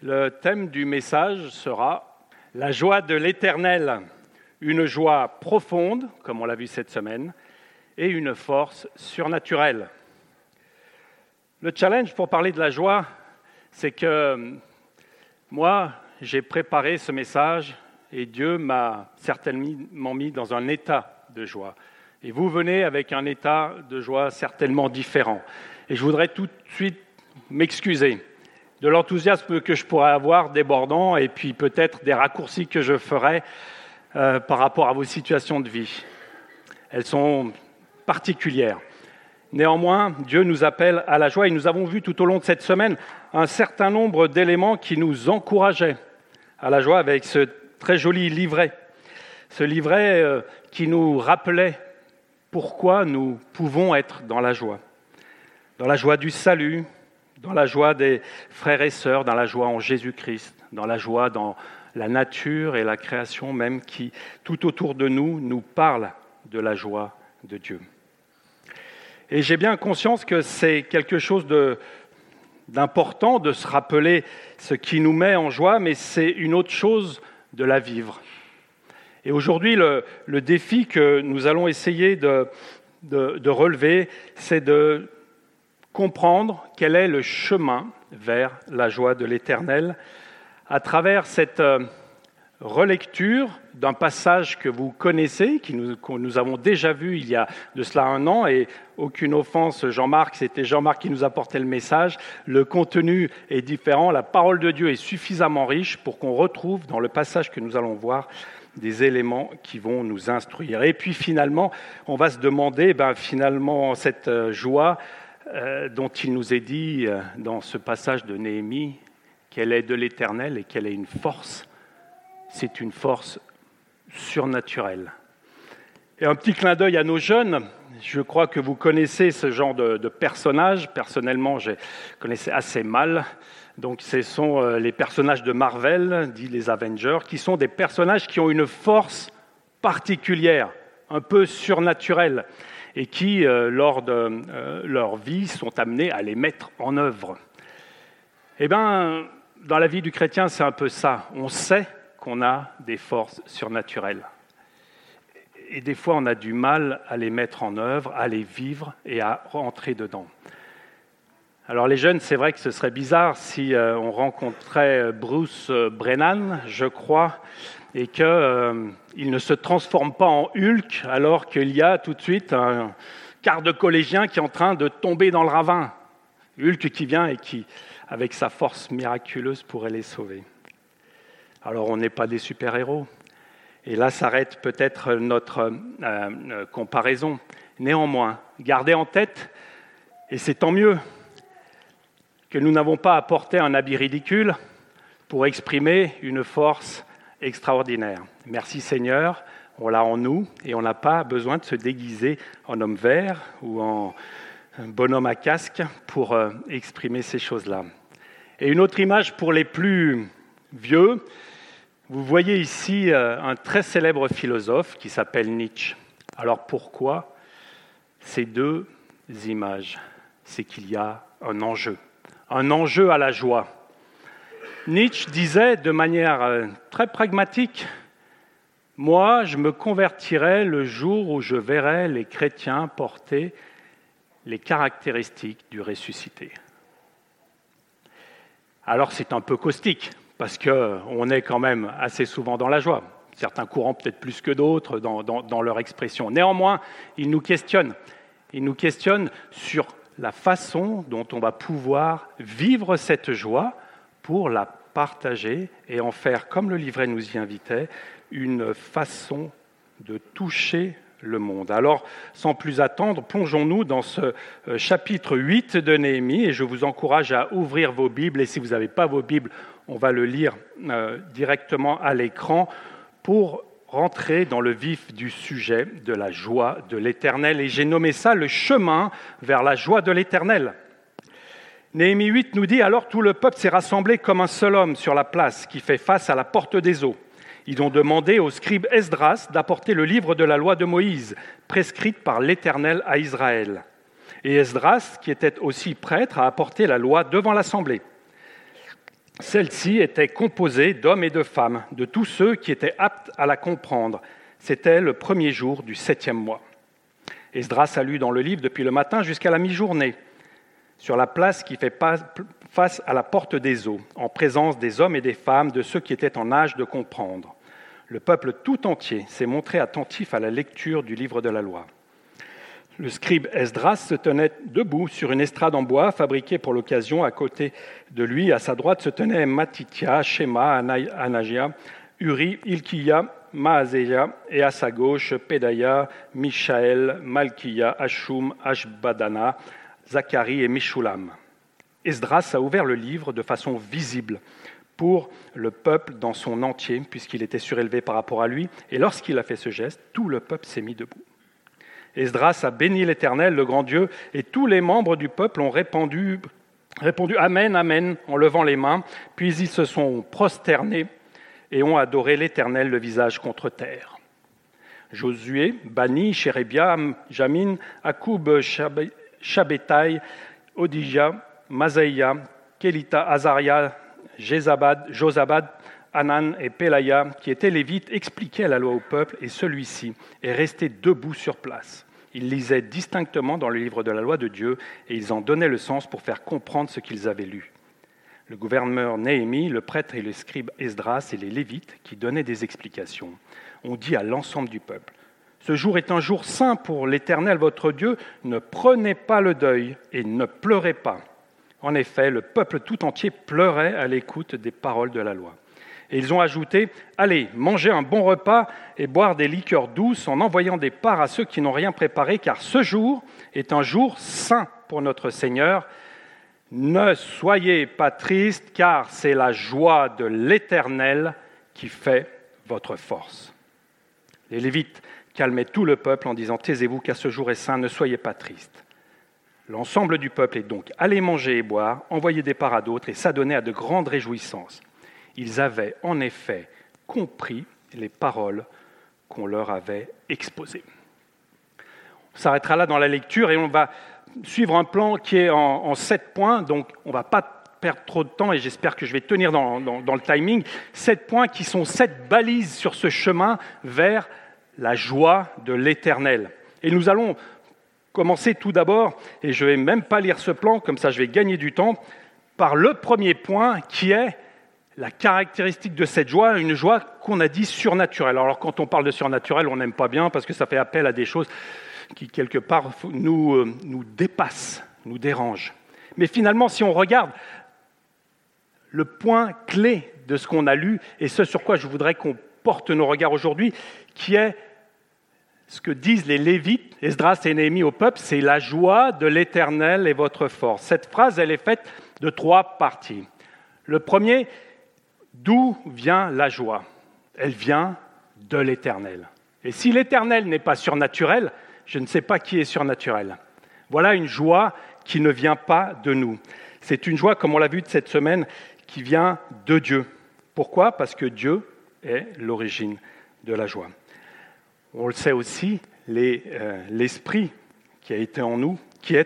Le thème du message sera « La joie de l'Éternel », une joie profonde, comme on l'a vu cette semaine, et une force surnaturelle. Le challenge pour parler de la joie, c'est que moi, j'ai préparé ce message et Dieu m'a certainement mis dans un état de joie. Et vous venez avec un état de joie certainement différent. Et je voudrais tout de suite m'excuser de l'enthousiasme que je pourrais avoir débordant et puis peut-être des raccourcis que je ferai par rapport à vos situations de vie. Elles sont particulières. Néanmoins, Dieu nous appelle à la joie et nous avons vu tout au long de cette semaine un certain nombre d'éléments qui nous encourageaient à la joie avec ce très joli livret. Ce livret qui nous rappelait pourquoi nous pouvons être dans la joie du salut, dans la joie des frères et sœurs, dans la joie en Jésus-Christ, dans la joie dans la nature et la création même qui, tout autour de nous, nous parle de la joie de Dieu. Et j'ai bien conscience que c'est quelque chose d'important de se rappeler ce qui nous met en joie, mais c'est une autre chose de la vivre. Et aujourd'hui, le défi que nous allons essayer de relever, c'est de comprendre quel est le chemin vers la joie de l'Éternel à travers cette relecture d'un passage que vous connaissez, que nous avons déjà vu il y a de cela 1 an, et aucune offense, Jean-Marc, c'était Jean-Marc qui nous apportait le message. Le contenu est différent, la parole de Dieu est suffisamment riche pour qu'on retrouve dans le passage que nous allons voir des éléments qui vont nous instruire. Et puis finalement, on va se demander, finalement, cette joie dont il nous est dit dans ce passage de Néhémie, qu'elle est de l'Éternel et qu'elle est une force. C'est une force surnaturelle. Et un petit clin d'œil à nos jeunes, je crois que vous connaissez ce genre de personnages. Personnellement, je connaissais assez mal. Donc, ce sont les personnages de Marvel, dit les Avengers, qui sont des personnages qui ont une force particulière, un peu surnaturelle, et qui, lors de leur vie, sont amenés à les mettre en œuvre. Eh bien, dans la vie du chrétien, c'est un peu ça. On sait qu'on a des forces surnaturelles. Et des fois, on a du mal à les mettre en œuvre, à les vivre et à rentrer dedans. Alors les jeunes, c'est vrai que ce serait bizarre si on rencontrait Bruce Brennan, je crois, et qu'il ne se transforme pas en Hulk alors qu'il y a tout de suite un quart de collégien qui est en train de tomber dans le ravin. Hulk qui vient et qui, avec sa force miraculeuse, pourrait les sauver. Alors on n'est pas des super-héros. Et là s'arrête peut-être notre comparaison. Néanmoins, gardez en tête, et c'est tant mieux, que nous n'avons pas apporté un habit ridicule pour exprimer une force extraordinaire. Merci Seigneur, on l'a en nous et on n'a pas besoin de se déguiser en homme vert ou en bonhomme à casque pour exprimer ces choses-là. Et une autre image pour les plus vieux, vous voyez ici un très célèbre philosophe qui s'appelle Nietzsche. Alors pourquoi ces deux images? C'est qu'il y a un enjeu à la joie. Nietzsche disait de manière très pragmatique, « Moi, je me convertirai le jour où je verrai les chrétiens porter les caractéristiques du ressuscité. » Alors c'est un peu caustique, parce qu'on est quand même assez souvent dans la joie. Certains courants peut-être plus que d'autres dans leur expression. Néanmoins, il nous questionne sur la façon dont on va pouvoir vivre cette joie pour la partager et en faire, comme le livret nous y invitait, une façon de toucher le monde. Alors, sans plus attendre, plongeons-nous dans ce chapitre 8 de Néhémie et je vous encourage à ouvrir vos Bibles et si vous n'avez pas vos Bibles, on va le lire directement à l'écran pour rentrer dans le vif du sujet de la joie de l'Éternel. Et j'ai nommé ça le chemin vers la joie de l'Éternel. Néhémie 8 nous dit « Alors tout le peuple s'est rassemblé comme un seul homme sur la place qui fait face à la porte des eaux. Ils ont demandé au scribe Esdras d'apporter le livre de la loi de Moïse, prescrite par l'Éternel à Israël. Et Esdras, qui était aussi prêtre, a apporté la loi devant l'assemblée. Celle-ci était composée d'hommes et de femmes, de tous ceux qui étaient aptes à la comprendre. C'était le premier jour du 7e mois. Esdras a lu dans le livre depuis le matin jusqu'à la mi-journée, sur la place qui fait face à la porte des eaux, en présence des hommes et des femmes, de ceux qui étaient en âge de comprendre. Le peuple tout entier s'est montré attentif à la lecture du livre de la loi. Le scribe Esdras se tenait debout sur une estrade en bois fabriquée pour l'occasion. À côté de lui, à sa droite, se tenaient Matithia, Shema, Anaja, Uri, Ilkiya, Maaseia, et à sa gauche, Pédaïa, Mishaël, Malkiya, Hashum, Ashbadana, Zacharie et Meshulam. Esdras a ouvert le livre de façon visible pour le peuple dans son entier, puisqu'il était surélevé par rapport à lui, et lorsqu'il a fait ce geste, tout le peuple s'est mis debout. Esdras a béni l'Éternel, le grand Dieu, et tous les membres du peuple ont répondu « Amen, Amen » en levant les mains, puis ils se sont prosternés et ont adoré l'Éternel le visage contre terre. Josué, Bani, Chérébia, Jamin, Akoub, Shabbetai, Odija, Masaïa, Kelita, Azaria, Josabad, Hanan et Pelaya, qui étaient lévites, expliquaient la loi au peuple, et celui-ci est resté debout sur place. Ils lisaient distinctement dans le livre de la loi de Dieu, et ils en donnaient le sens pour faire comprendre ce qu'ils avaient lu. Le gouverneur Néhémie, le prêtre et le scribe Esdras et les lévites, qui donnaient des explications, ont dit à l'ensemble du peuple : « Ce jour est un jour saint pour l'Éternel votre Dieu, ne prenez pas le deuil et ne pleurez pas. » En effet, le peuple tout entier pleurait à l'écoute des paroles de la loi. Et ils ont ajouté : « Allez, mangez un bon repas et boire des liqueurs douces en envoyant des parts à ceux qui n'ont rien préparé, car ce jour est un jour saint pour notre Seigneur. Ne soyez pas tristes, car c'est la joie de l'Éternel qui fait votre force. » Les Lévites calmaient tout le peuple en disant : « Taisez-vous, car ce jour est saint, ne soyez pas tristes. » L'ensemble du peuple est donc allé manger et boire, envoyer des parts à d'autres et s'adonner à de grandes réjouissances. Ils avaient en effet compris les paroles qu'on leur avait exposées. On s'arrêtera là dans la lecture et on va suivre un plan qui est en 7 points, donc on ne va pas perdre trop de temps et j'espère que je vais tenir dans le timing. 7 points qui sont 7 balises sur ce chemin vers la joie de l'Éternel. Et nous allons commencer tout d'abord, et je ne vais même pas lire ce plan, comme ça je vais gagner du temps, par le premier point qui est la caractéristique de cette joie, une joie qu'on a dit surnaturelle. Alors quand on parle de surnaturel, on n'aime pas bien parce que ça fait appel à des choses qui quelque part nous dépassent, nous dérangent. Mais finalement, si on regarde le point clé de ce qu'on a lu, et ce sur quoi je voudrais qu'on porte nos regards aujourd'hui, qui est ce que disent les Lévites, Esdras et Néhémie au peuple, c'est la joie de l'Éternel est votre force. Cette phrase, elle est faite de 3 parties. Le premier, d'où vient la joie ? Elle vient de l'Éternel. Et si l'Éternel n'est pas surnaturel, je ne sais pas qui est surnaturel. Voilà une joie qui ne vient pas de nous. C'est une joie, comme on l'a vu cette semaine, qui vient de Dieu. Pourquoi ? Parce que Dieu est l'origine de la joie. On le sait aussi, l'Esprit qui est en nous,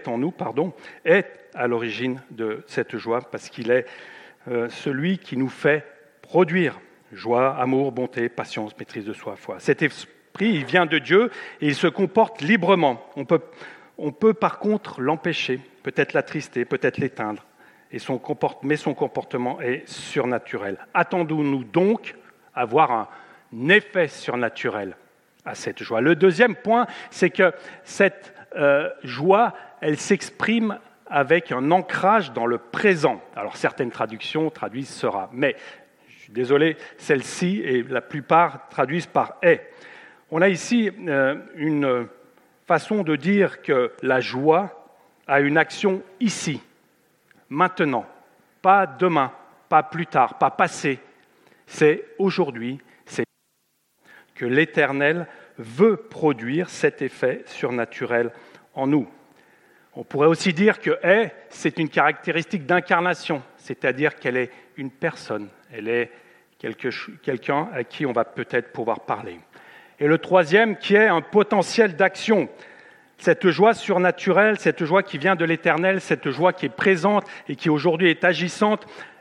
est à l'origine de cette joie, parce qu'il est celui qui nous fait produire joie, amour, bonté, patience, maîtrise de soi, foi. Cet esprit, il vient de Dieu et il se comporte librement. On peut par contre l'empêcher, peut-être l'attrister, peut-être l'éteindre, mais son comportement est surnaturel. Attendons-nous donc à voir un effet surnaturel à cette joie. Le deuxième point, c'est que cette joie, elle s'exprime avec un ancrage dans le présent. Alors certaines traductions traduisent « sera », mais je suis désolé, celle-ci et la plupart traduisent par « est ». On a ici une façon de dire que la joie a une action ici, maintenant, pas demain, pas plus tard, pas passé. C'est aujourd'hui, c'est que l'Éternel veut produire cet effet surnaturel en nous. On pourrait aussi dire que « c'est une caractéristique d'incarnation, c'est-à-dire qu'elle est une personne, elle est quelqu'un à qui on va peut-être pouvoir parler. Et le troisième qui est un potentiel d'action. Cette joie surnaturelle, cette joie qui vient de l'Éternel, cette joie qui est présente et qui aujourd'hui est agissante,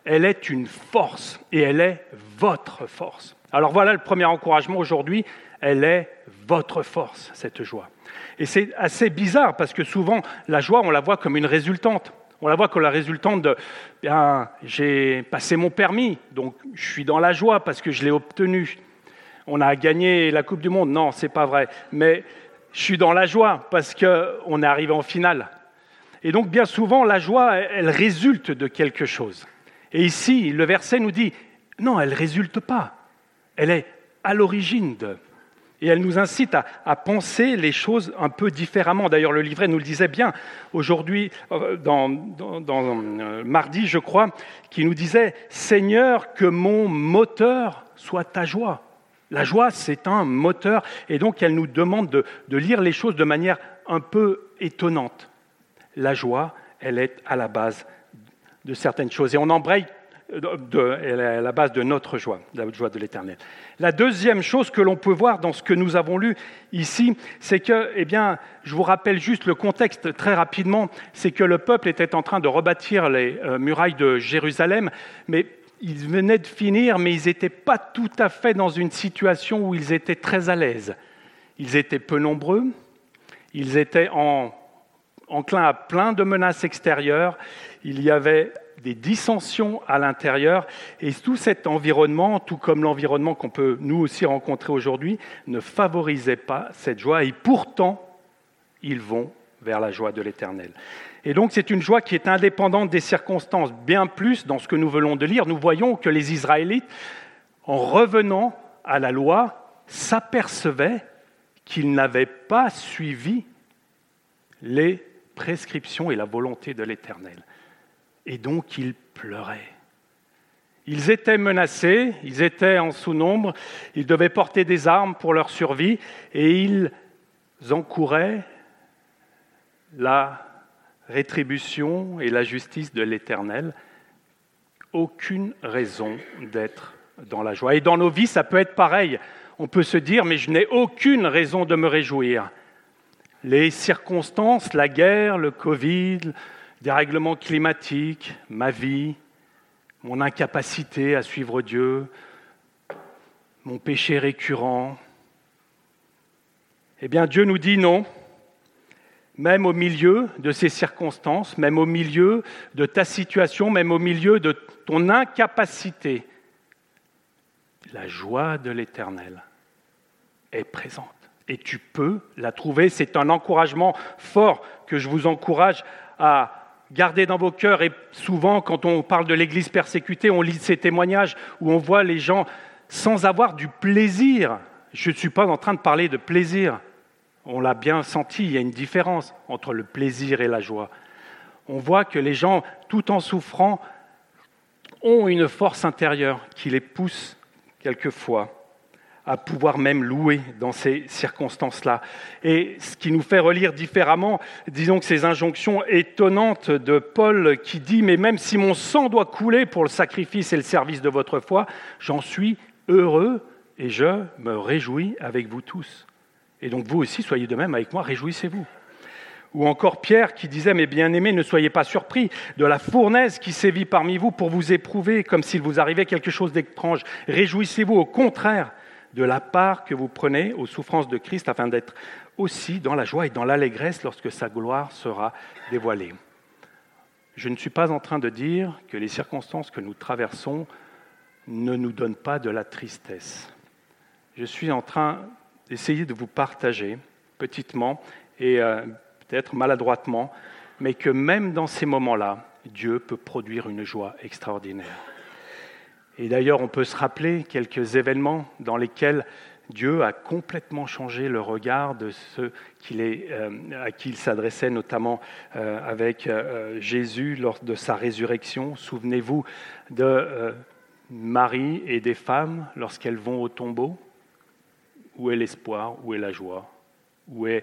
elle est une force et elle est votre force. Alors voilà le premier encouragement aujourd'hui, elle est votre force, cette joie. Et c'est assez bizarre parce que souvent, la joie, on la voit comme une résultante. On la voit comme la résultante de « j'ai passé mon permis, donc je suis dans la joie parce que je l'ai obtenu. On a gagné la Coupe du Monde. » Non, c'est pas vrai. Mais je suis dans la joie parce qu'on est arrivé en finale. Et donc, bien souvent, la joie, elle résulte de quelque chose. Et ici, le verset nous dit « Non, elle ne résulte pas. Elle est à l'origine de... » Et elle nous incite à penser les choses un peu différemment. D'ailleurs, le livret nous le disait bien aujourd'hui, dans mardi, je crois, qui nous disait « Seigneur, que mon moteur soit ta joie ». La joie, c'est un moteur. Et donc, elle nous demande de lire les choses de manière un peu étonnante. La joie, elle est à la base de certaines choses. Et on embraye elle est à la base de notre joie, la joie de l'Éternel. La deuxième chose que l'on peut voir dans ce que nous avons lu ici, c'est que, je vous rappelle juste le contexte très rapidement, c'est que le peuple était en train de rebâtir les murailles de Jérusalem, mais ils venaient de finir, mais ils n'étaient pas tout à fait dans une situation où ils étaient très à l'aise. Ils étaient peu nombreux, ils étaient enclins à plein de menaces extérieures, il y avait des dissensions à l'intérieur, et tout cet environnement, tout comme l'environnement qu'on peut nous aussi rencontrer aujourd'hui, ne favorisait pas cette joie, et pourtant, ils vont vers la joie de l'Éternel. Et donc, c'est une joie qui est indépendante des circonstances. Bien plus, dans ce que nous venons de lire, nous voyons que les Israélites, en revenant à la loi, s'apercevaient qu'ils n'avaient pas suivi les prescriptions et la volonté de l'Éternel. Et donc, ils pleuraient. Ils étaient menacés, ils étaient en sous-nombre, ils devaient porter des armes pour leur survie, et ils encouraient la rétribution et la justice de l'Éternel. Aucune raison d'être dans la joie. Et dans nos vies, ça peut être pareil. On peut se dire, mais je n'ai aucune raison de me réjouir. Les circonstances, la guerre, le Covid, dérèglement climatique, ma vie, mon incapacité à suivre Dieu, mon péché récurrent. Eh bien, Dieu nous dit non. Même au milieu de ces circonstances, même au milieu de ta situation, même au milieu de ton incapacité, la joie de l'Éternel est présente. Et tu peux la trouver. C'est un encouragement fort que je vous encourage à garder dans vos cœurs. Et souvent, quand on parle de l'Église persécutée, on lit ces témoignages où on voit les gens sans avoir du plaisir. Je ne suis pas en train de parler de plaisir. On l'a bien senti, il y a une différence entre le plaisir et la joie. On voit que les gens, tout en souffrant, ont une force intérieure qui les pousse quelquefois à pouvoir même louer dans ces circonstances-là. Et ce qui nous fait relire différemment, disons que ces injonctions étonnantes de Paul qui dit « Mais même si mon sang doit couler pour le sacrifice et le service de votre foi, j'en suis heureux et je me réjouis avec vous tous. Et donc vous aussi, soyez de même avec moi, réjouissez-vous. » Ou encore Pierre qui disait « Mes bien-aimés, ne soyez pas surpris de la fournaise qui sévit parmi vous pour vous éprouver comme s'il vous arrivait quelque chose d'étrange. Réjouissez-vous au contraire de la part que vous prenez aux souffrances de Christ afin d'être aussi dans la joie et dans l'allégresse lorsque sa gloire sera dévoilée. » Je ne suis pas en train de dire que les circonstances que nous traversons ne nous donnent pas de la tristesse. Je suis en train d'essayer de vous partager petitement et peut-être maladroitement, mais que même dans ces moments-là, Dieu peut produire une joie extraordinaire. Et d'ailleurs, on peut se rappeler quelques événements dans lesquels Dieu a complètement changé le regard de ceux à qui il s'adressait, notamment avec Jésus lors de sa résurrection. Souvenez-vous de Marie et des femmes lorsqu'elles vont au tombeau. Où est l'espoir? Où est la joie? Où est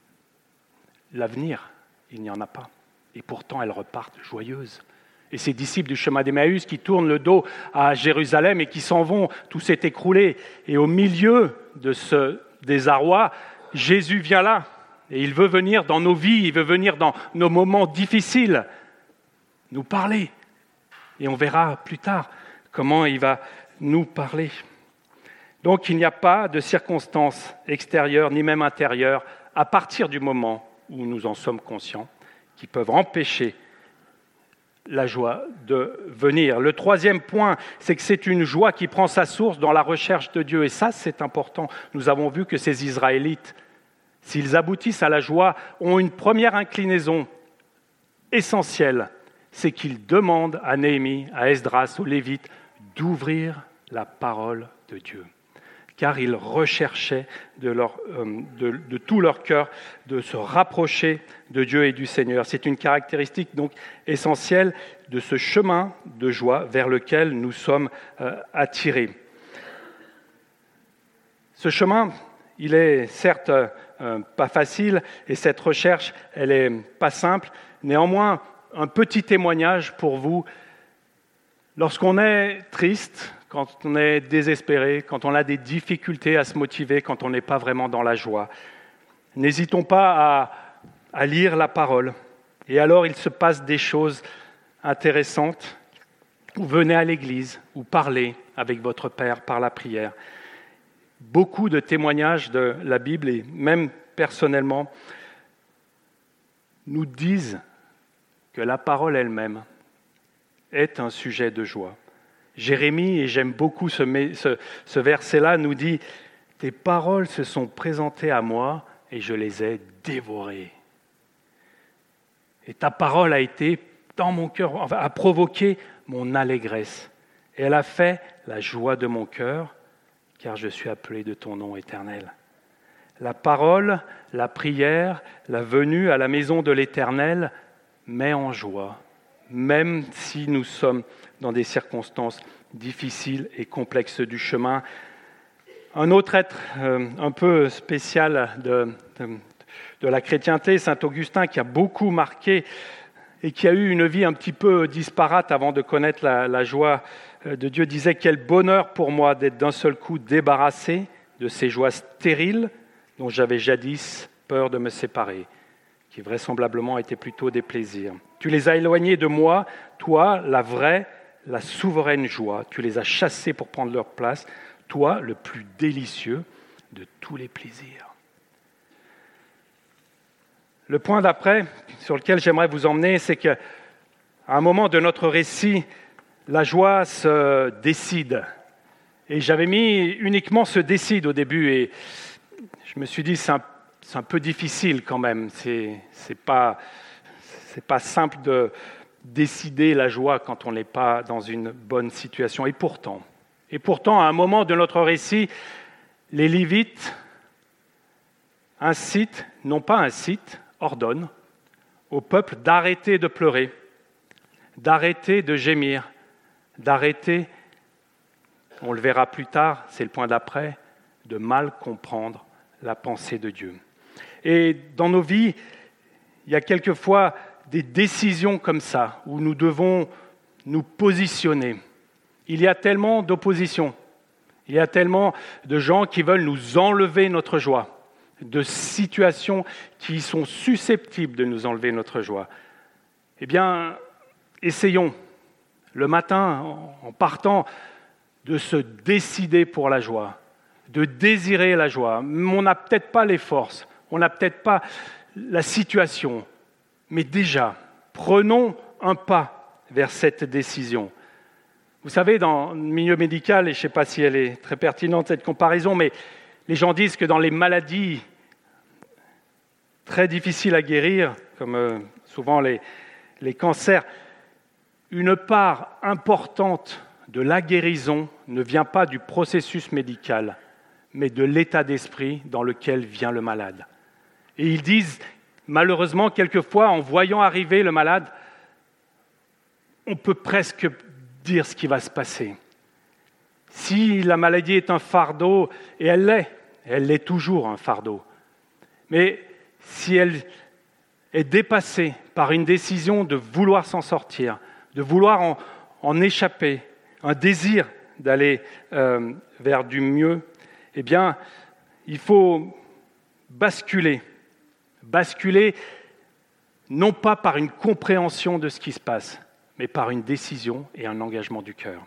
l'avenir? Il n'y en a pas. Et pourtant, elles repartent joyeuses. Et ces disciples du chemin d'Emmaüs qui tournent le dos à Jérusalem et qui s'en vont, tout s'est écroulé. Et au milieu de ce désarroi, Jésus vient là. Et il veut venir dans nos vies, il veut venir dans nos moments difficiles, nous parler, Et on verra plus tard comment il va nous parler. Donc il n'y a pas de circonstances extérieures ni même intérieures à partir du moment où nous en sommes conscients qui peuvent empêcher la joie de venir. Le troisième point, c'est que c'est une joie qui prend sa source dans la recherche de Dieu. Et ça, c'est important. Nous avons vu que ces Israélites, s'ils aboutissent à la joie, ont une première inclinaison essentielle, c'est qu'ils demandent à Néhémie, à Esdras, aux Lévites, d'ouvrir la parole de Dieu. Car ils recherchaient de tout leur cœur de se rapprocher de Dieu et du Seigneur. C'est une caractéristique donc essentielle de ce chemin de joie vers lequel nous sommes attirés. Ce chemin, il est certes pas facile et cette recherche, elle est pas simple. Néanmoins, un petit témoignage pour vous. Lorsqu'on est triste, quand on est désespéré, quand on a des difficultés à se motiver, quand on n'est pas vraiment dans la joie, n'hésitons pas à lire la parole. Et alors, il se passe des choses intéressantes. Ou venez à l'église, ou parlez avec votre Père par la prière. Beaucoup de témoignages de la Bible, et même personnellement, nous disent que la parole elle-même est un sujet de joie. Jérémie, et j'aime beaucoup ce verset-là, nous dit « Tes paroles se sont présentées à moi et je les ai dévorées. » Et ta parole a été dans mon cœur, enfin, a provoqué mon allégresse. Et elle a fait la joie de mon cœur, car je suis appelé de ton nom éternel. La parole, la prière, la venue à la maison de l'Éternel met en joie, même si nous sommes dans des circonstances difficiles et complexes du chemin. Un autre être un peu spécial de la chrétienté, saint Augustin, qui a beaucoup marqué et qui a eu une vie un petit peu disparate avant de connaître la joie de Dieu, disait « Quel bonheur pour moi d'être d'un seul coup débarrassé de ces joies stériles dont j'avais jadis peur de me séparer, qui vraisemblablement étaient plutôt des plaisirs. Tu les as éloignés de moi, toi, la vraie, la souveraine joie. Tu les as chassés pour prendre leur place, toi, le plus délicieux de tous les plaisirs. » Le point d'après, sur lequel j'aimerais vous emmener, c'est qu'à un moment de notre récit, la joie se décide. Et j'avais mis uniquement se décide au début, et je me suis dit, c'est un peu difficile quand même. C'est pas simple de décider la joie quand on n'est pas dans une bonne situation. Et pourtant, à un moment de notre récit, les Lévites ordonnent au peuple d'arrêter de pleurer, d'arrêter de gémir, d'arrêter, on le verra plus tard, c'est le point d'après, de mal comprendre la pensée de Dieu. Et dans nos vies, il y a quelquefois des décisions comme ça, où nous devons nous positionner. Il y a tellement d'opposition, il y a tellement de gens qui veulent nous enlever notre joie, de situations qui sont susceptibles de nous enlever notre joie. Eh bien, essayons, le matin, en partant, de se décider pour la joie, de désirer la joie. On n'a peut-être pas les forces, on n'a peut-être pas la situation, mais déjà, prenons un pas vers cette décision. Vous savez, dans le milieu médical, et je ne sais pas si elle est très pertinente cette comparaison, mais les gens disent que dans les maladies très difficiles à guérir, comme souvent les cancers, une part importante de la guérison ne vient pas du processus médical, mais de l'état d'esprit dans lequel vient le malade. Et ils disent, malheureusement, quelquefois, en voyant arriver le malade, on peut presque dire ce qui va se passer. Si la maladie est un fardeau, et elle l'est toujours un fardeau, mais si elle est dépassée par une décision de vouloir s'en sortir, de vouloir en échapper, un désir d'aller vers du mieux, eh bien, il faut basculer non pas par une compréhension de ce qui se passe, mais par une décision et un engagement du cœur.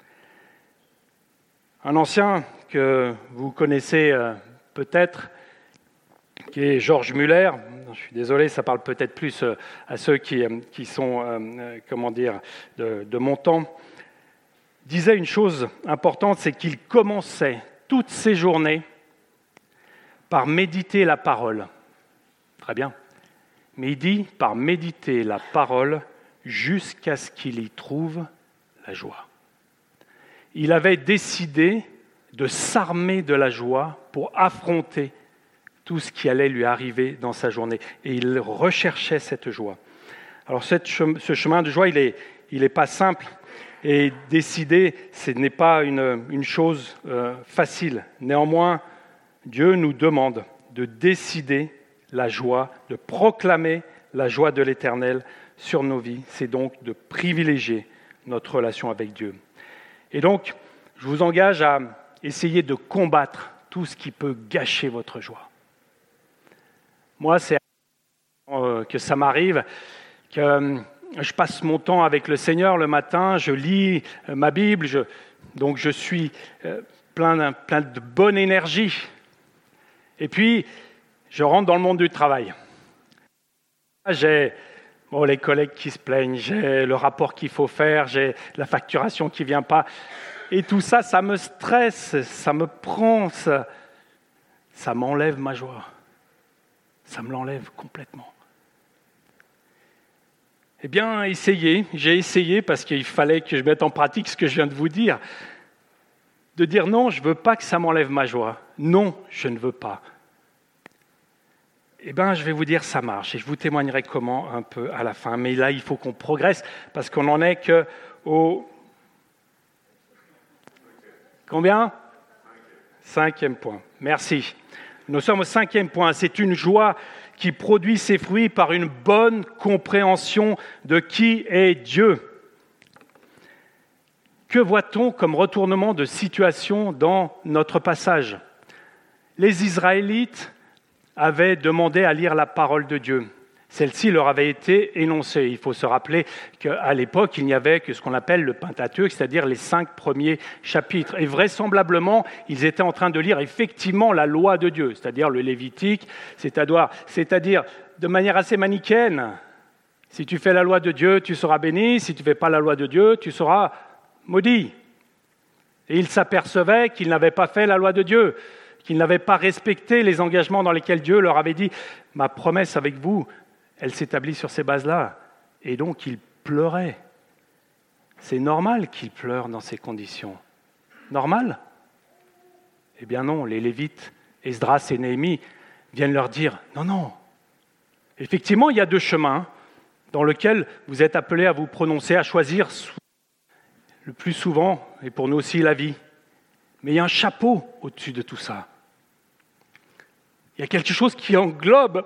Un ancien que vous connaissez peut-être, qui est Georges Muller, je suis désolé, ça parle peut-être plus à ceux qui sont, de mon temps, disait une chose importante, c'est qu'il commençait toutes ses journées par méditer la parole. Très bien. Mais il dit par méditer la parole jusqu'à ce qu'il y trouve la joie. Il avait décidé de s'armer de la joie pour affronter tout ce qui allait lui arriver dans sa journée. Et il recherchait cette joie. Alors ce chemin de joie, il est pas simple. Et décider, ce n'est pas une chose facile. Néanmoins, Dieu nous demande de décider la joie, de proclamer la joie de l'Éternel sur nos vies. C'est donc de privilégier notre relation avec Dieu. Et donc, je vous engage à essayer de combattre tout ce qui peut gâcher votre joie. Moi, c'est que ça m'arrive, que je passe mon temps avec le Seigneur le matin, je lis ma Bible, donc je suis plein de bonne énergie. Et puis, je rentre dans le monde du travail. J'ai les collègues qui se plaignent, j'ai le rapport qu'il faut faire, j'ai la facturation qui ne vient pas. Et tout ça, ça me stresse, ça me prend, ça m'enlève ma joie. Ça me l'enlève complètement. Eh bien, j'ai essayé parce qu'il fallait que je mette en pratique ce que je viens de vous dire. De dire non, je ne veux pas que ça m'enlève ma joie. Non, je ne veux pas. Eh bien, je vais vous dire, ça marche. Et je vous témoignerai comment un peu à la fin. Mais là, il faut qu'on progresse parce qu'on n'en est qu'au... Combien ? 5e point. Merci. Nous sommes au 5e point. C'est une joie qui produit ses fruits par une bonne compréhension de qui est Dieu. Que voit-on comme retournement de situation dans notre passage ? Les Israélites avaient demandé à lire la parole de Dieu. Celle-ci leur avait été énoncée. Il faut se rappeler qu'à l'époque, il n'y avait que ce qu'on appelle le Pentateuque, c'est-à-dire les 5 premiers chapitres. Et vraisemblablement, ils étaient en train de lire effectivement la loi de Dieu, c'est-à-dire le Lévitique, c'est-à-dire de manière assez manichéenne. Si tu fais la loi de Dieu, tu seras béni. Si tu ne fais pas la loi de Dieu, tu seras maudit. Et ils s'apercevaient qu'ils n'avaient pas fait la loi de Dieu, qu'ils n'avaient pas respecté les engagements dans lesquels Dieu leur avait dit « Ma promesse avec vous, elle s'établit sur ces bases-là. » Et donc, ils pleuraient. C'est normal qu'ils pleurent dans ces conditions. Normal ? Eh bien non, les Lévites, Esdras et Néhémie, viennent leur dire « Non. Effectivement, il y a 2 chemins dans lesquels vous êtes appelés à vous prononcer, à choisir le plus souvent, et pour nous aussi, la vie. Mais il y a un chapeau au-dessus de tout ça. Il y a quelque chose qui englobe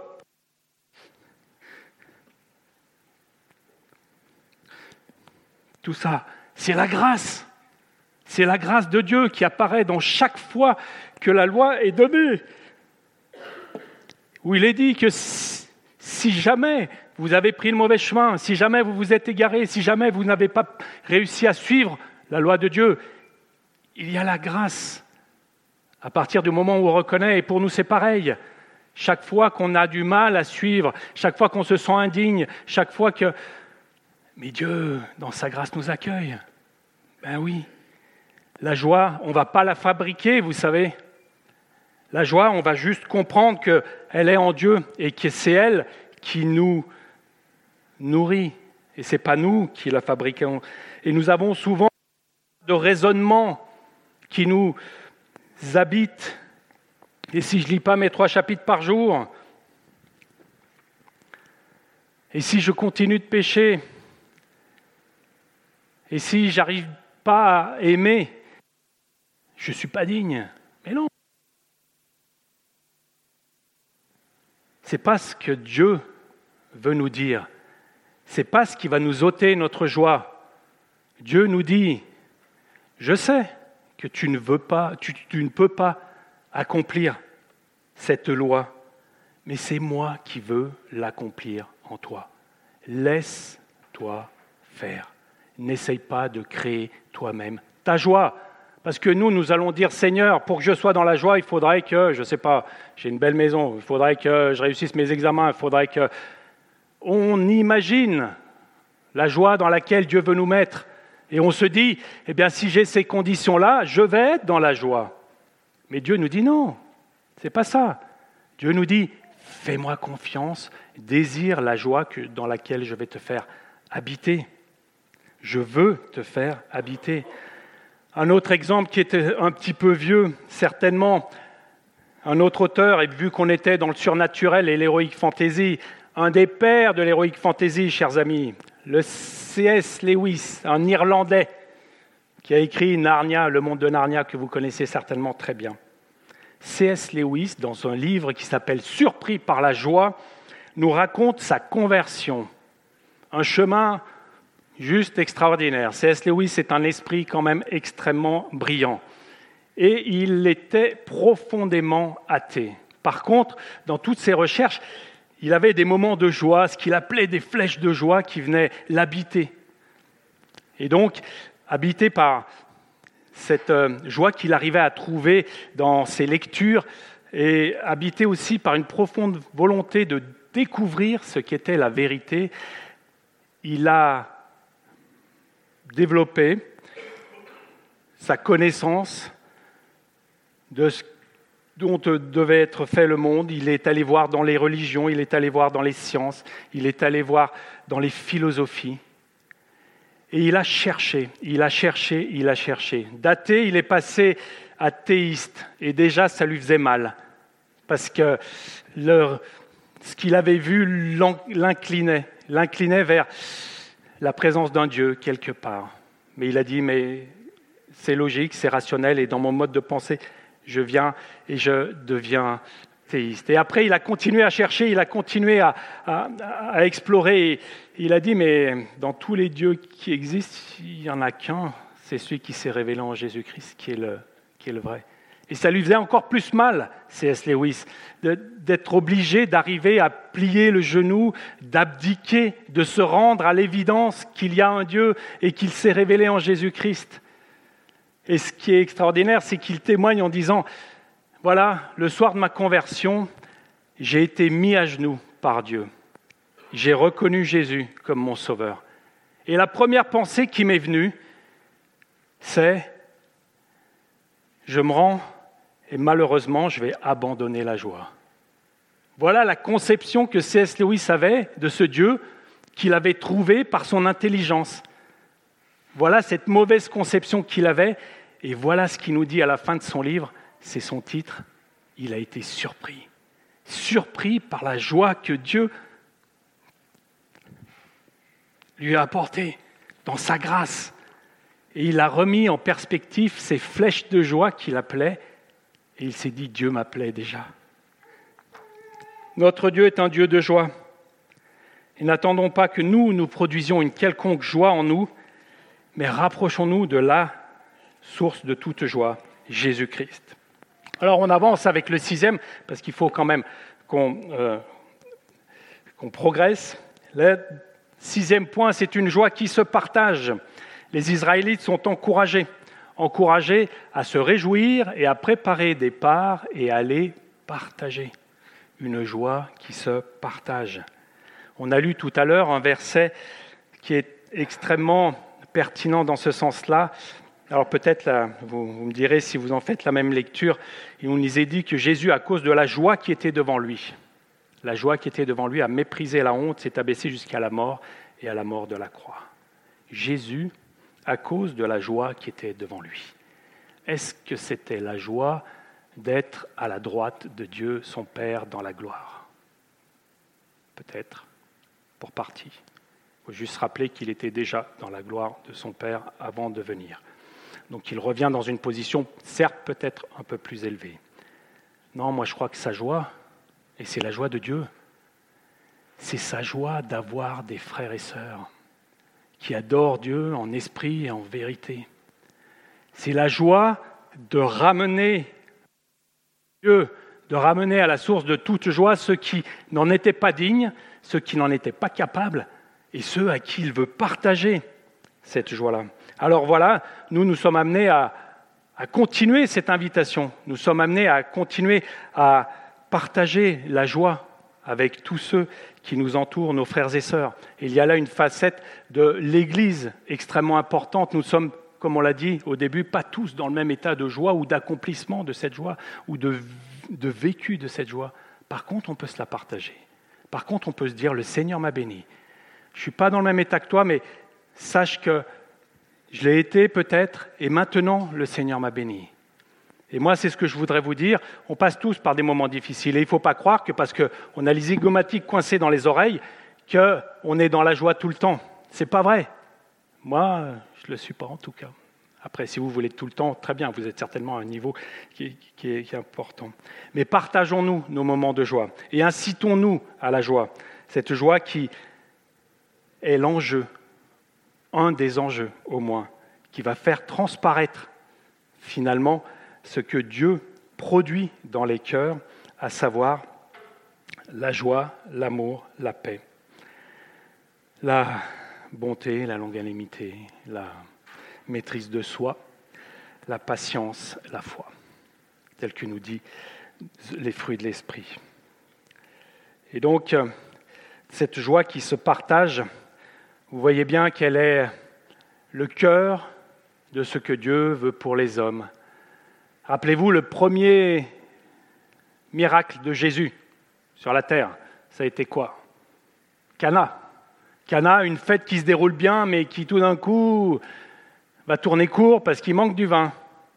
tout ça. C'est la grâce. C'est la grâce de Dieu qui apparaît dans chaque fois que la loi est donnée. Où il est dit que si jamais vous avez pris le mauvais chemin, si jamais vous vous êtes égaré, si jamais vous n'avez pas réussi à suivre la loi de Dieu, il y a la grâce. À partir du moment où on reconnaît, et pour nous c'est pareil, chaque fois qu'on a du mal à suivre, chaque fois qu'on se sent indigne, chaque fois que... Mais Dieu, dans sa grâce, nous accueille. Ben oui. La joie, on ne va pas la fabriquer, vous savez. La joie, on va juste comprendre qu'elle est en Dieu et que c'est elle qui nous nourrit. Et ce n'est pas nous qui la fabriquons. Et nous avons souvent de raisonnements qui nous habitent. Et si je ne lis pas mes 3 chapitres par jour, et si je continue de pécher, et si je n'arrive pas à aimer, je ne suis pas digne. Mais non. Ce n'est pas ce que Dieu veut nous dire. Ce n'est pas ce qui va nous ôter notre joie. Dieu nous dit, je sais que tu ne peux pas accomplir cette loi, mais c'est moi qui veux l'accomplir en toi. Laisse-toi faire. n'essaye pas de créer toi-même ta joie. Parce que nous allons dire, Seigneur, pour que je sois dans la joie, il faudrait que, je ne sais pas, j'ai une belle maison, il faudrait que je réussisse mes examens, il faudrait que... On imagine la joie dans laquelle Dieu veut nous mettre. Et on se dit, eh bien, si j'ai ces conditions-là, je vais être dans la joie. Mais Dieu nous dit non, c'est pas ça. Dieu nous dit, fais-moi confiance, désire la joie dans laquelle je vais te faire habiter. Je veux te faire habiter. Un autre exemple qui était un petit peu vieux, certainement, un autre auteur, et vu qu'on était dans le surnaturel et l'heroic fantasy, un des pères de l'heroic fantasy, chers amis, le C.S. Lewis, un Irlandais, qui a écrit Narnia, le monde de Narnia, que vous connaissez certainement très bien. C.S. Lewis, dans un livre qui s'appelle « Surpris par la joie », nous raconte sa conversion, un chemin juste extraordinaire. C.S. Lewis est un esprit quand même extrêmement brillant. Et il était profondément athée. Par contre, dans toutes ses recherches, il avait des moments de joie, ce qu'il appelait des flèches de joie qui venaient l'habiter. Et donc, habité par cette joie qu'il arrivait à trouver dans ses lectures et habité aussi par une profonde volonté de découvrir ce qu'était la vérité, il a développé sa connaissance de ce dont devait être fait le monde. Il est allé voir dans les religions, il est allé voir dans les sciences, il est allé voir dans les philosophies. Et il a cherché. D'athée, il est passé à théiste. Et déjà, ça lui faisait mal. Parce que ce qu'il avait vu l'inclinait vers la présence d'un Dieu quelque part. Mais il a dit, mais c'est logique, c'est rationnel, et dans mon mode de pensée, je viens et je deviens théiste. Et après, il a continué à chercher, il a continué à explorer. Et il a dit, mais dans tous les dieux qui existent, il n'y en a qu'un, c'est celui qui s'est révélé en Jésus-Christ, qui est le vrai. Et ça lui faisait encore plus mal, C.S. Lewis, d'être obligé d'arriver à plier le genou, d'abdiquer, de se rendre à l'évidence qu'il y a un Dieu et qu'il s'est révélé en Jésus-Christ. Et ce qui est extraordinaire, c'est qu'il témoigne en disant, voilà, le soir de ma conversion, j'ai été mis à genoux par Dieu. J'ai reconnu Jésus comme mon sauveur. Et la première pensée qui m'est venue, c'est, je me rends et malheureusement, je vais abandonner la joie. Voilà la conception que C.S. Lewis avait de ce Dieu qu'il avait trouvé par son intelligence. Voilà cette mauvaise conception qu'il avait, et voilà ce qu'il nous dit à la fin de son livre, c'est son titre, il a été surpris. Surpris par la joie que Dieu lui a apportée dans sa grâce. Et il a remis en perspective ces flèches de joie qu'il appelait, et il s'est dit, Dieu m'appelait déjà. Notre Dieu est un Dieu de joie. Et n'attendons pas que nous produisions une quelconque joie en nous, mais rapprochons-nous de la source de toute joie, Jésus-Christ. Alors on avance avec le 6e, parce qu'il faut quand même qu'on progresse. Le 6e point, c'est une joie qui se partage. Les Israélites sont encouragés à se réjouir et à préparer des parts et à les partager. Une joie qui se partage. On a lu tout à l'heure un verset qui est extrêmement pertinent dans ce sens-là. Alors peut-être, là, vous me direz si vous en faites la même lecture, il nous est dit que Jésus, à cause de la joie qui était devant lui, a méprisé la honte, s'est abaissé jusqu'à la mort et à la mort de la croix. Jésus, à cause de la joie qui était devant lui. Est-ce que c'était la joie d'être à la droite de Dieu, son Père, dans la gloire ? Peut-être, pour partie. Il faut juste rappeler qu'il était déjà dans la gloire de son Père avant de venir. Donc il revient dans une position, certes peut-être un peu plus élevée. Non, moi je crois que sa joie, et c'est la joie de Dieu, c'est sa joie d'avoir des frères et sœurs qui adorent Dieu en esprit et en vérité. C'est la joie de ramener Dieu, de ramener à la source de toute joie ceux qui n'en étaient pas dignes, ceux qui n'en étaient pas capables, et ceux à qui il veut partager cette joie-là. Alors voilà, nous sommes amenés à continuer cette invitation. Nous sommes amenés à continuer à partager la joie avec tous ceux qui nous entourent, nos frères et sœurs. Il y a là une facette de l'Église extrêmement importante. Nous sommes, comme on l'a dit au début, pas tous dans le même état de joie ou d'accomplissement de cette joie ou de vécu de cette joie. Par contre, on peut se la partager. Par contre, on peut se dire, le Seigneur m'a béni. Je ne suis pas dans le même état que toi, mais sache que je l'ai été peut-être, et maintenant, le Seigneur m'a béni. Et moi, c'est ce que je voudrais vous dire. On passe tous par des moments difficiles. Et il ne faut pas croire que parce qu'on a les zygomatiques coincés dans les oreilles, qu'on est dans la joie tout le temps. Ce n'est pas vrai. Moi, je ne le suis pas en tout cas. Après, si vous voulez tout le temps, très bien, vous êtes certainement à un niveau qui est important. Mais partageons-nous nos moments de joie et incitons-nous à la joie. Cette joie qui est l'enjeu, un des enjeux au moins, qui va faire transparaître finalement ce que Dieu produit dans les cœurs, à savoir la joie, l'amour, la paix, la bonté, la longanimité, la maîtrise de soi, la patience, la foi, tel que nous dit les fruits de l'esprit. Et donc, cette joie qui se partage, vous voyez bien qu'elle est le cœur de ce que Dieu veut pour les hommes. Rappelez-vous le premier miracle de Jésus sur la terre, ça a été quoi ? Cana. Cana, une fête qui se déroule bien, mais qui tout d'un coup va tourner court parce qu'il manque du vin.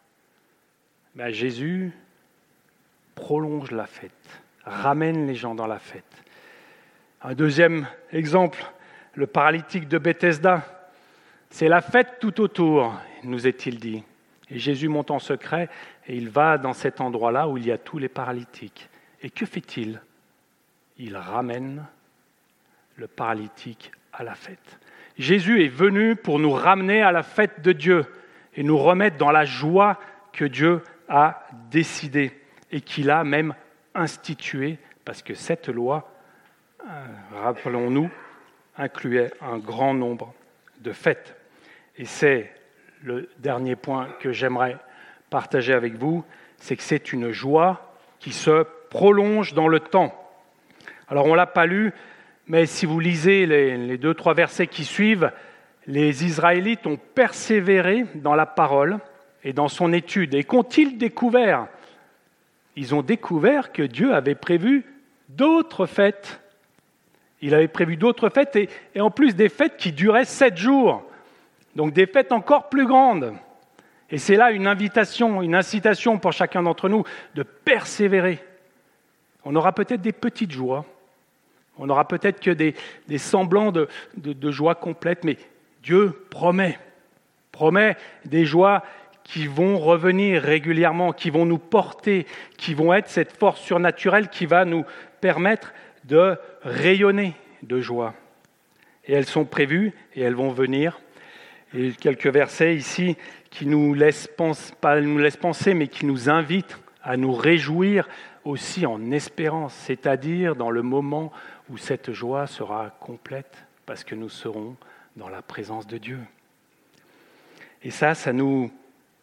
Jésus prolonge la fête, ramène les gens dans la fête. Un deuxième exemple, le paralytique de Bethesda. C'est la fête tout autour, nous est-il dit. Et Jésus monte en secret et il va dans cet endroit-là où il y a tous les paralytiques. Et que fait-il ? Il ramène le paralytique à la fête. Jésus est venu pour nous ramener à la fête de Dieu et nous remettre dans la joie que Dieu a décidée et qu'il a même instituée, parce que cette loi, rappelons-nous, incluait un grand nombre de fêtes. Et c'est le dernier point que j'aimerais partager avec vous, c'est que c'est une joie qui se prolonge dans le temps. Alors on ne l'a pas lu, mais si vous lisez les 2-3 versets qui suivent, les Israélites ont persévéré dans la parole et dans son étude. Et qu'ont-ils découvert ? Ils ont découvert que Dieu avait prévu d'autres fêtes. Il avait prévu d'autres fêtes et en plus des fêtes qui duraient 7 jours. Donc des fêtes encore plus grandes. Et c'est là une invitation, une incitation pour chacun d'entre nous de persévérer. On aura peut-être des petites joies, on n'aura peut-être que des semblants de joie complète, mais Dieu promet des joies qui vont revenir régulièrement, qui vont nous porter, qui vont être cette force surnaturelle qui va nous permettre de rayonner de joie. Et elles sont prévues et elles vont venir. Et quelques versets ici qui nous laissent penser, mais qui nous invitent à nous réjouir aussi en espérance, c'est-à-dire dans le moment où cette joie sera complète, parce que nous serons dans la présence de Dieu. Et ça nous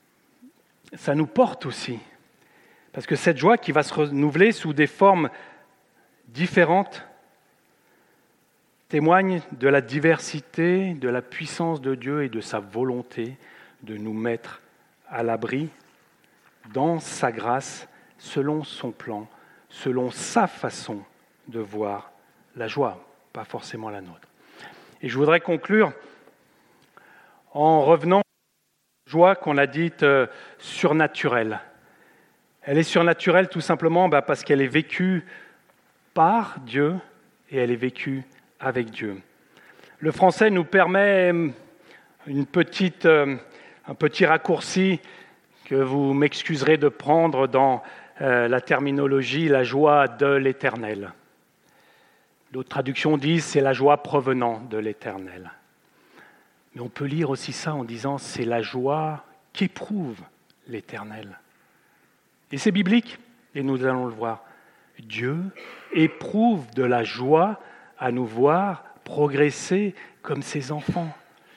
porte aussi, parce que cette joie qui va se renouveler sous des formes différentes témoigne de la diversité, de la puissance de Dieu et de sa volonté de nous mettre à l'abri dans sa grâce, selon son plan, selon sa façon de voir la joie, pas forcément la nôtre. Et je voudrais conclure en revenant à la joie qu'on a dite surnaturelle. Elle est surnaturelle tout simplement parce qu'elle est vécue par Dieu et elle est vécue avec Dieu. Le français nous permet un petit raccourci que vous m'excuserez de prendre dans la terminologie, la joie de l'Éternel. D'autres traductions disent c'est la joie provenant de l'Éternel. Mais on peut lire aussi ça en disant c'est la joie qu'éprouve l'Éternel. Et c'est biblique, et nous allons le voir. Dieu éprouve de la joie à nous voir progresser comme ses enfants.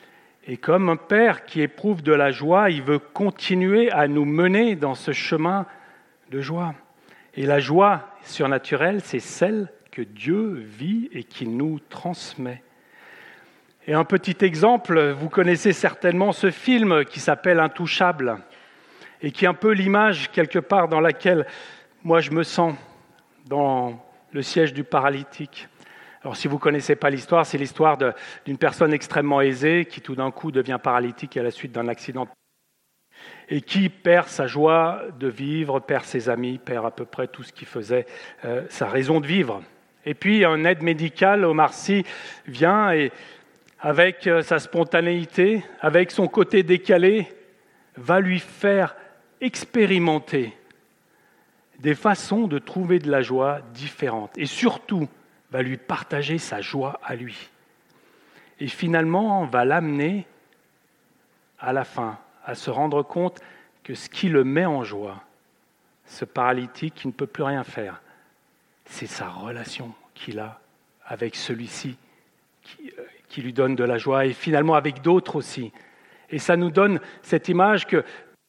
Et comme un père qui éprouve de la joie, il veut continuer à nous mener dans ce chemin de joie. Et la joie surnaturelle, c'est celle que Dieu vit et qu'il nous transmet. Et un petit exemple, vous connaissez certainement ce film qui s'appelle Intouchable et qui est un peu l'image quelque part dans laquelle moi je me sens dans le siège du paralytique. Alors si vous ne connaissez pas l'histoire, c'est l'histoire d'une personne extrêmement aisée qui tout d'un coup devient paralytique à la suite d'un accident et qui perd sa joie de vivre, perd ses amis, perd à peu près tout ce qui faisait sa raison de vivre. Et puis un aide médical, Omar Sy, vient et avec sa spontanéité, avec son côté décalé, va lui faire expérimenter des façons de trouver de la joie différentes et surtout va lui partager sa joie à lui. Et finalement, va l'amener à la fin à se rendre compte que ce qui le met en joie, ce paralytique qui ne peut plus rien faire, c'est sa relation qu'il a avec celui-ci qui lui donne de la joie et finalement avec d'autres aussi. Et ça nous donne cette image que,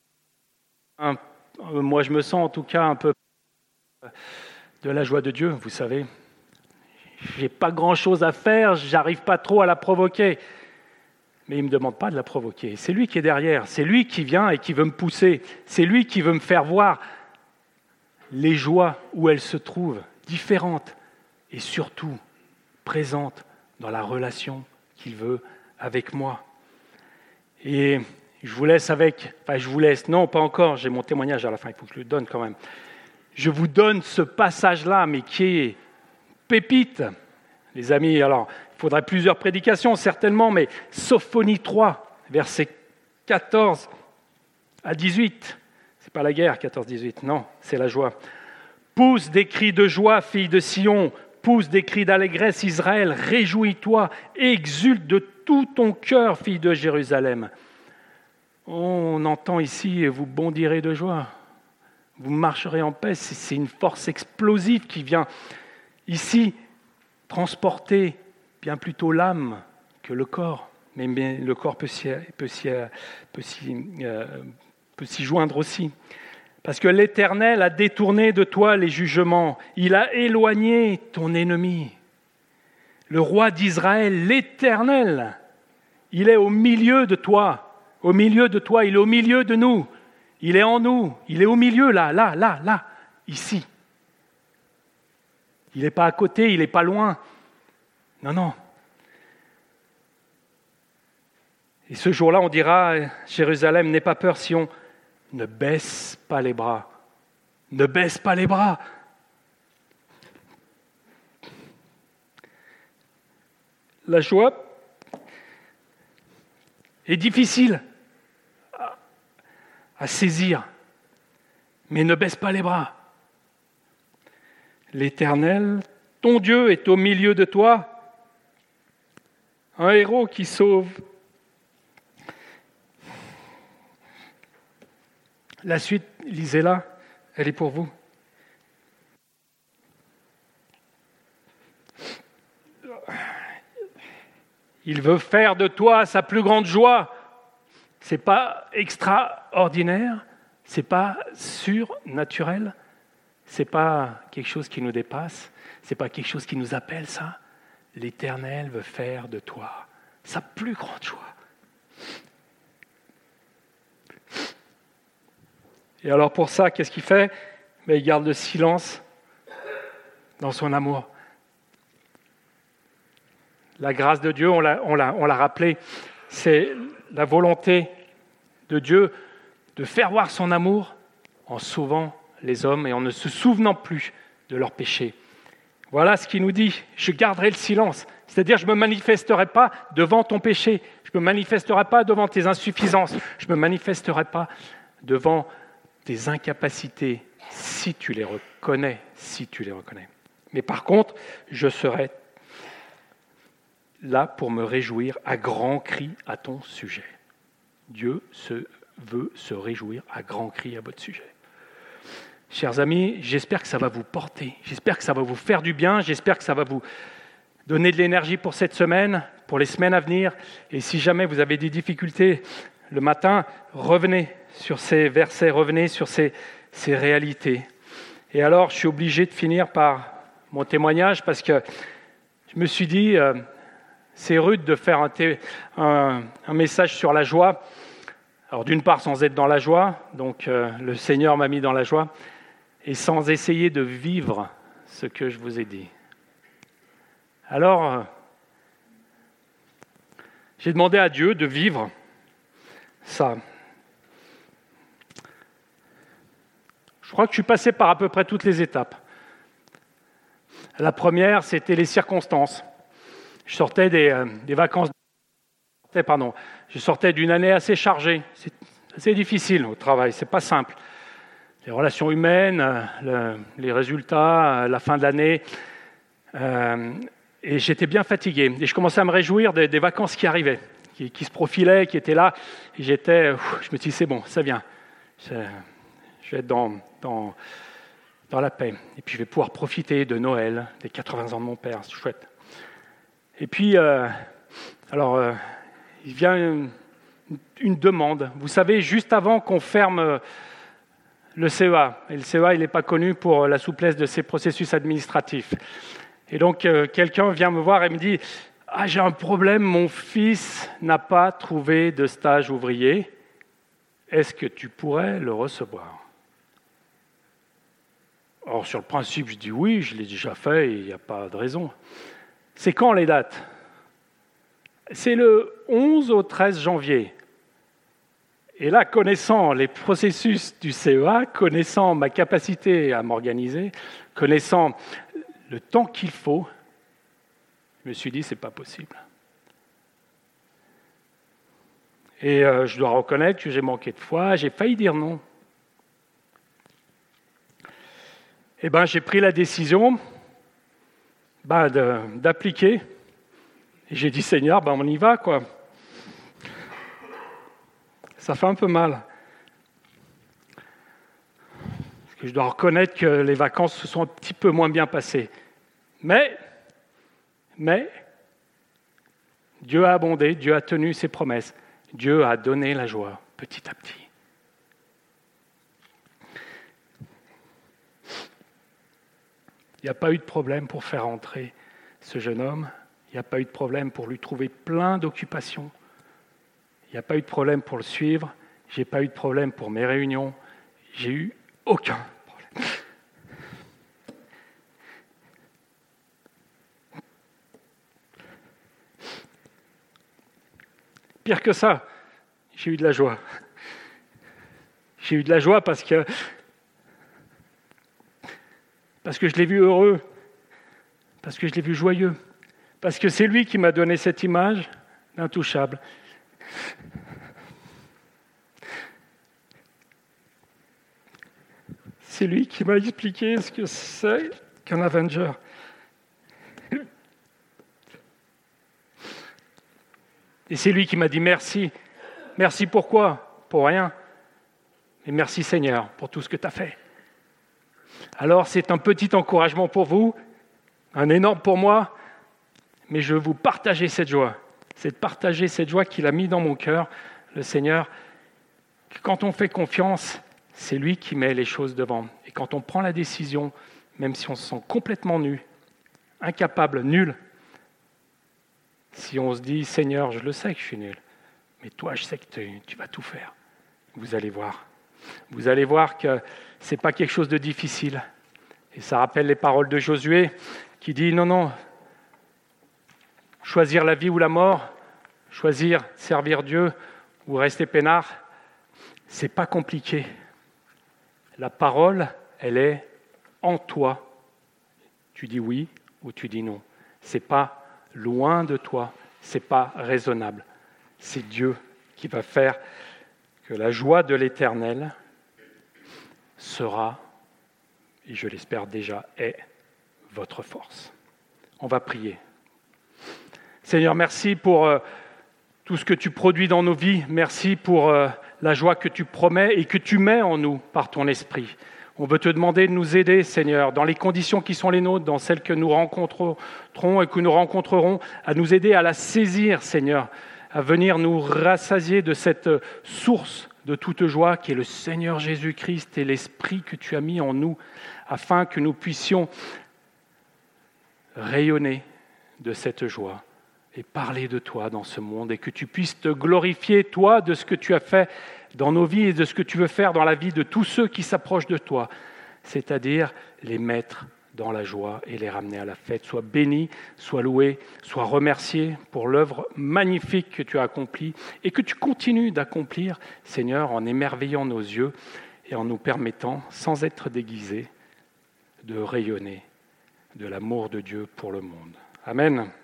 moi je me sens en tout cas un peu de la joie de Dieu, vous savez. Je n'ai pas grand-chose à faire, je n'arrive pas trop à la provoquer. Mais il ne me demande pas de la provoquer. C'est lui qui est derrière, c'est lui qui vient et qui veut me pousser. C'est lui qui veut me faire voir les joies où elles se trouvent, différentes et surtout présentes dans la relation qu'il veut avec moi. Et je vous laisse non, pas encore, j'ai mon témoignage à la fin, il faut que je le donne quand même. Je vous donne ce passage-là, mais qui est pépite, les amis. Alors, il faudrait plusieurs prédications, certainement, mais Sophonie 3, versets 14 à 18. C'est pas la guerre, 14-18, non, c'est la joie. Pousse des cris de joie, fille de Sion, pousse des cris d'allégresse, Israël, réjouis-toi, exulte de tout ton cœur, fille de Jérusalem. On entend ici, vous bondirez de joie, vous marcherez en paix, c'est une force explosive qui vient ici transporter bien plutôt l'âme que le corps, mais le corps peut s'y joindre aussi. Parce que l'Éternel a détourné de toi les jugements, il a éloigné ton ennemi. Le roi d'Israël, l'Éternel, il est au milieu de toi, il est au milieu de nous, il est en nous, il est au milieu, là, ici. Il n'est pas à côté, il n'est pas loin. Non. Et ce jour-là, on dira, Jérusalem, n'aie pas peur, Sion, ne baisse pas les bras. Ne baisse pas les bras. La joie est difficile à saisir, mais ne baisse pas les bras. L'Éternel, ton Dieu, est au milieu de toi, un héros qui sauve. La suite, lisez-la, elle est pour vous. Il veut faire de toi sa plus grande joie. Ce n'est pas extraordinaire, ce n'est pas surnaturel, ce n'est pas quelque chose qui nous dépasse, ce n'est pas quelque chose qui nous appelle, ça. L'Éternel veut faire de toi sa plus grande joie. Et alors pour ça, qu'est-ce qu'il fait ? Il garde le silence dans son amour. La grâce de Dieu, on l'a rappelé, c'est la volonté de Dieu de faire voir son amour en sauvant les hommes et en ne se souvenant plus de leurs péchés. Voilà ce qu'il nous dit, je garderai le silence, c'est-à-dire je ne me manifesterai pas devant ton péché, je ne me manifesterai pas devant tes insuffisances, je ne me manifesterai pas devant tes incapacités, si tu les reconnais. Mais par contre, je serai là pour me réjouir à grands cris à ton sujet. Dieu veut se réjouir à grands cris à votre sujet. Chers amis, j'espère que ça va vous porter, j'espère que ça va vous faire du bien, j'espère que ça va vous donner de l'énergie pour cette semaine, pour les semaines à venir. Et si jamais vous avez des difficultés le matin, revenez sur ces versets, revenez sur ces réalités. Et alors, je suis obligé de finir par mon témoignage parce que je me suis dit, c'est rude de faire un message sur la joie. Alors d'une part, sans être dans la joie, donc le Seigneur m'a mis dans la joie, et sans essayer de vivre ce que je vous ai dit. Alors, j'ai demandé à Dieu de vivre ça. Je crois que je suis passé par à peu près toutes les étapes. La première, c'était les circonstances. Je sortais des vacances. Je sortais d'une année assez chargée. C'est assez difficile au travail, c'est pas simple. Les relations humaines, les résultats, la fin de l'année. Et j'étais bien fatigué. Et je commençais à me réjouir des vacances qui arrivaient, qui se profilaient, qui étaient là. Et je me dis, c'est bon, ça vient. Je vais être dans la paix. Et puis je vais pouvoir profiter de Noël, des 80 ans de mon père, c'est chouette. Et puis, il vient une demande. Vous savez, juste avant qu'on ferme le CEA, et le CEA, il n'est pas connu pour la souplesse de ses processus administratifs. Et donc, quelqu'un vient me voir et me dit « Ah, j'ai un problème, mon fils n'a pas trouvé de stage ouvrier. Est-ce que tu pourrais le recevoir ?» Alors, sur le principe, je dis oui, je l'ai déjà fait et il n'y a pas de raison. C'est quand les dates ? C'est le 11 au 13 janvier. Et là, connaissant les processus du CEA, connaissant ma capacité à m'organiser, connaissant le temps qu'il faut, je me suis dit, c'est pas possible. Et je dois reconnaître que j'ai manqué de foi, j'ai failli dire non. Eh bien, j'ai pris la décision d'appliquer. Et j'ai dit, Seigneur, on y va, quoi. Ça fait un peu mal. Parce que je dois reconnaître que les vacances se sont un petit peu moins bien passées. Mais, Dieu a abondé, Dieu a tenu ses promesses. Dieu a donné la joie, petit à petit. Il n'y a pas eu de problème pour faire entrer ce jeune homme. Il n'y a pas eu de problème pour lui trouver plein d'occupations. Il n'y a pas eu de problème pour le suivre. Je n'ai pas eu de problème pour mes réunions. J'ai eu aucun problème. Pire que ça, j'ai eu de la joie. J'ai eu de la joie parce que je l'ai vu heureux, parce que je l'ai vu joyeux, parce que c'est lui qui m'a donné cette image d'intouchable. C'est lui qui m'a expliqué ce que c'est qu'un Avenger. Et c'est lui qui m'a dit merci. Merci pourquoi ? Pour rien. Et merci Seigneur pour tout ce que tu as fait. Alors c'est un petit encouragement pour vous, un énorme pour moi, mais je veux vous partager cette joie. C'est de partager cette joie qu'il a mis dans mon cœur, le Seigneur. Quand on fait confiance, c'est lui qui met les choses devant. Et quand on prend la décision, même si on se sent complètement nu, incapable, nul, si on se dit « Seigneur, je le sais que je suis nul, mais toi, je sais que tu vas tout faire. » Vous allez voir. Vous allez voir que ce n'est pas quelque chose de difficile. Et ça rappelle les paroles de Josué qui dit « Non, choisir la vie ou la mort, choisir servir Dieu ou rester peinard, ce n'est pas compliqué. La parole, elle est en toi. Tu dis oui ou tu dis non. Ce n'est pas loin de toi, ce n'est pas raisonnable. C'est Dieu qui va faire que la joie de l'Éternel sera, et je l'espère déjà, est votre force. On va prier. Seigneur, merci pour tout ce que tu produis dans nos vies. Merci pour la joie que tu promets et que tu mets en nous par ton esprit. On veut te demander de nous aider, Seigneur, dans les conditions qui sont les nôtres, dans celles que nous rencontrerons et que nous rencontrerons, à nous aider à la saisir, Seigneur, à venir nous rassasier de cette source de toute joie qui est le Seigneur Jésus-Christ et l'Esprit que tu as mis en nous, afin que nous puissions rayonner de cette joie et parler de toi dans ce monde, et que tu puisses te glorifier, toi, de ce que tu as fait dans nos vies et de ce que tu veux faire dans la vie de tous ceux qui s'approchent de toi, c'est-à-dire les mettre dans la joie et les ramener à la fête. Sois béni, sois loué, sois remercié pour l'œuvre magnifique que tu as accomplie et que tu continues d'accomplir, Seigneur, en émerveillant nos yeux et en nous permettant, sans être déguisés, de rayonner de l'amour de Dieu pour le monde. Amen.